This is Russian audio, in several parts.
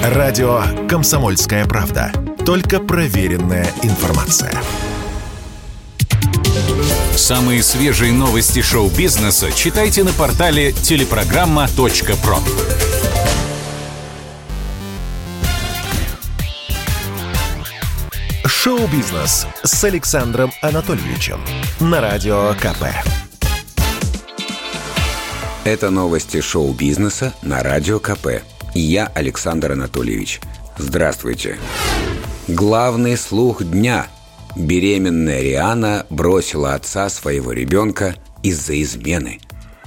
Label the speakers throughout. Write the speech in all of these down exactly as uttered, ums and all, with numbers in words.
Speaker 1: Радио «Комсомольская правда». Только проверенная информация.
Speaker 2: Самые свежие новости шоу-бизнеса читайте на портале телепрограмма точка про.
Speaker 1: Шоу-бизнес с Александром Анатольевичем на Радио КП.
Speaker 3: Это новости шоу-бизнеса на Радио КП. И я, Александр Анатольевич. Здравствуйте. Главный слух дня. Беременная Риhanna бросила отца своего ребенка из-за измены.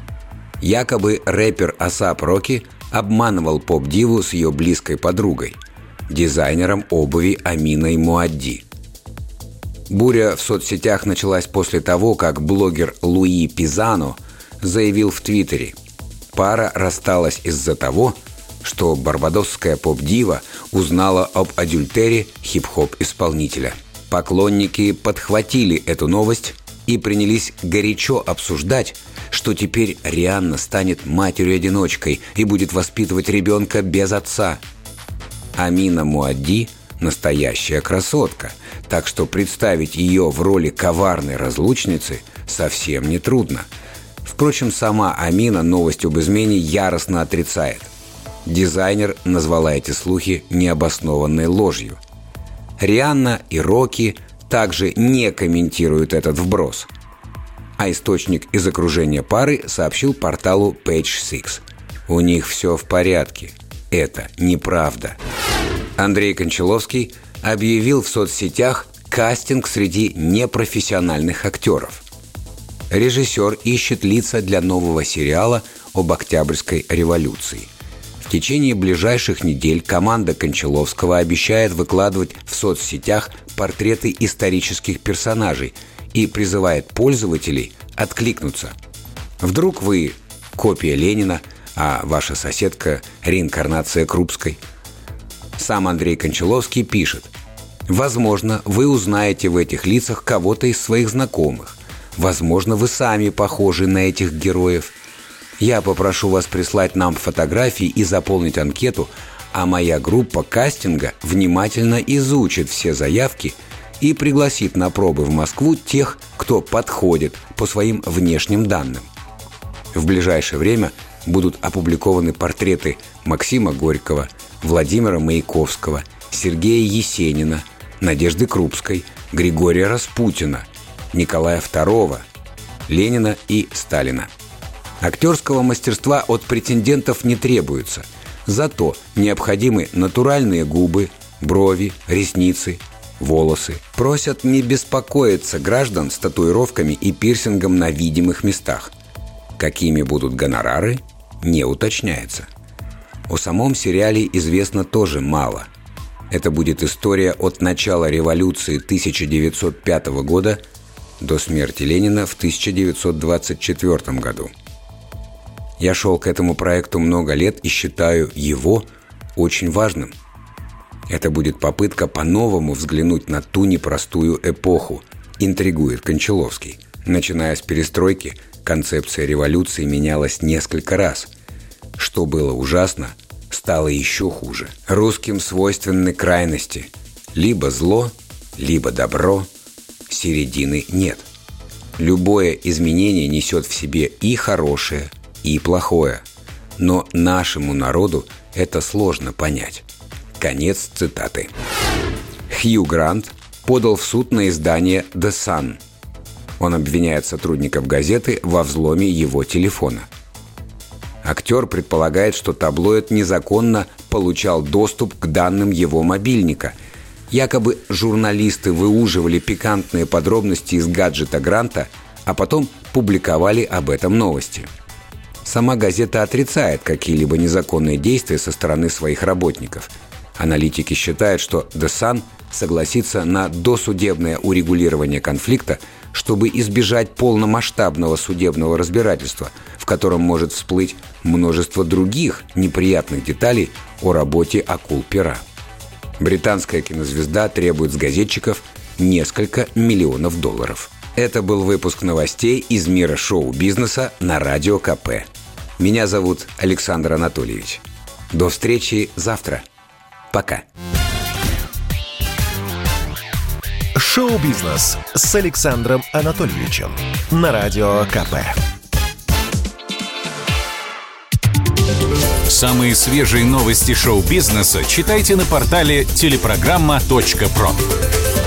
Speaker 3: Якобы рэпер А$эй пи Rocky обманывал поп-диву с ее близкой подругой, дизайнером обуви Аминой Муадди. Буря в соцсетях началась после того, как блогер Луи Пизано заявил в Твиттере: пара рассталась из-за того, что барбадосская поп-дива узнала об адюльтере хип-хоп-исполнителя. Поклонники подхватили эту новость и принялись горячо обсуждать, что теперь Риhanna станет матерью-одиночкой и будет воспитывать ребенка без отца. Амина Муадди – настоящая красотка, так что представить ее в роли коварной разлучницы совсем не трудно. Впрочем, сама Амина новость об измене яростно отрицает. Дизайнер назвала эти слухи необоснованной ложью. Риhanna и Рокки также не комментируют этот вброс. А источник из окружения пары сообщил порталу Page Six. У них все в порядке. Это неправда. Андрей Кончаловский объявил в соцсетях кастинг среди непрофессиональных актеров. Режиссер ищет лица для нового сериала об Октябрьской революции. В течение ближайших недель команда Кончаловского обещает выкладывать в соцсетях портреты исторических персонажей и призывает пользователей откликнуться. Вдруг вы копия Ленина, а ваша соседка – реинкарнация Крупской? Сам Андрей Кончаловский пишет: возможно, вы узнаете в этих лицах кого-то из своих знакомых. Возможно, вы сами похожи на этих героев. Я попрошу вас прислать нам фотографии и заполнить анкету, а моя группа кастинга внимательно изучит все заявки и пригласит на пробы в Москву тех, кто подходит по своим внешним данным. В ближайшее время будут опубликованы портреты Максима Горького, Владимира Маяковского, Сергея Есенина, Надежды Крупской, Григория Распутина, Николая второго, Ленина и Сталина. Актерского мастерства от претендентов не требуется, зато необходимы натуральные губы, брови, ресницы, волосы. Просят не беспокоиться граждан с татуировками и пирсингом на видимых местах. Какими будут гонорары, не уточняется. О самом сериале известно тоже мало. Это будет история от начала революции тысяча девятьсот пятого года до смерти Ленина в тысяча девятьсот двадцать четвёртом году. Я шел к этому проекту много лет и считаю его очень важным. Это будет попытка по-новому взглянуть на ту непростую эпоху, интригует Кончаловский. Начиная с перестройки, концепция революции менялась несколько раз. Что было ужасно, стало еще хуже. Русским свойственны крайности. Либо зло, либо добро. Середины нет. Любое изменение несет в себе и хорошее, и плохое. Но нашему народу это сложно понять. Конец цитаты. Хью Грант подал в суд на издание The Sun. Он обвиняет сотрудников газеты во взломе его телефона. Актер предполагает, что таблоид незаконно получал доступ к данным его мобильника. Якобы журналисты выуживали пикантные подробности из гаджета Гранта, а потом публиковали об этом новости. Сама газета отрицает какие-либо незаконные действия со стороны своих работников. Аналитики считают, что The Sun согласится на досудебное урегулирование конфликта, чтобы избежать полномасштабного судебного разбирательства, в котором может всплыть множество других неприятных деталей о работе акул-пера. Британская кинозвезда требует с газетчиков несколько миллионов долларов. Это был выпуск новостей из мира шоу-бизнеса на Радио КП. Меня зовут Александр Анатольевич. До встречи завтра. Пока.
Speaker 1: Шоу-бизнес с Александром Анатольевичем на Радио КП.
Speaker 2: Самые свежие новости шоу-бизнеса читайте на портале телепрограмма точка про.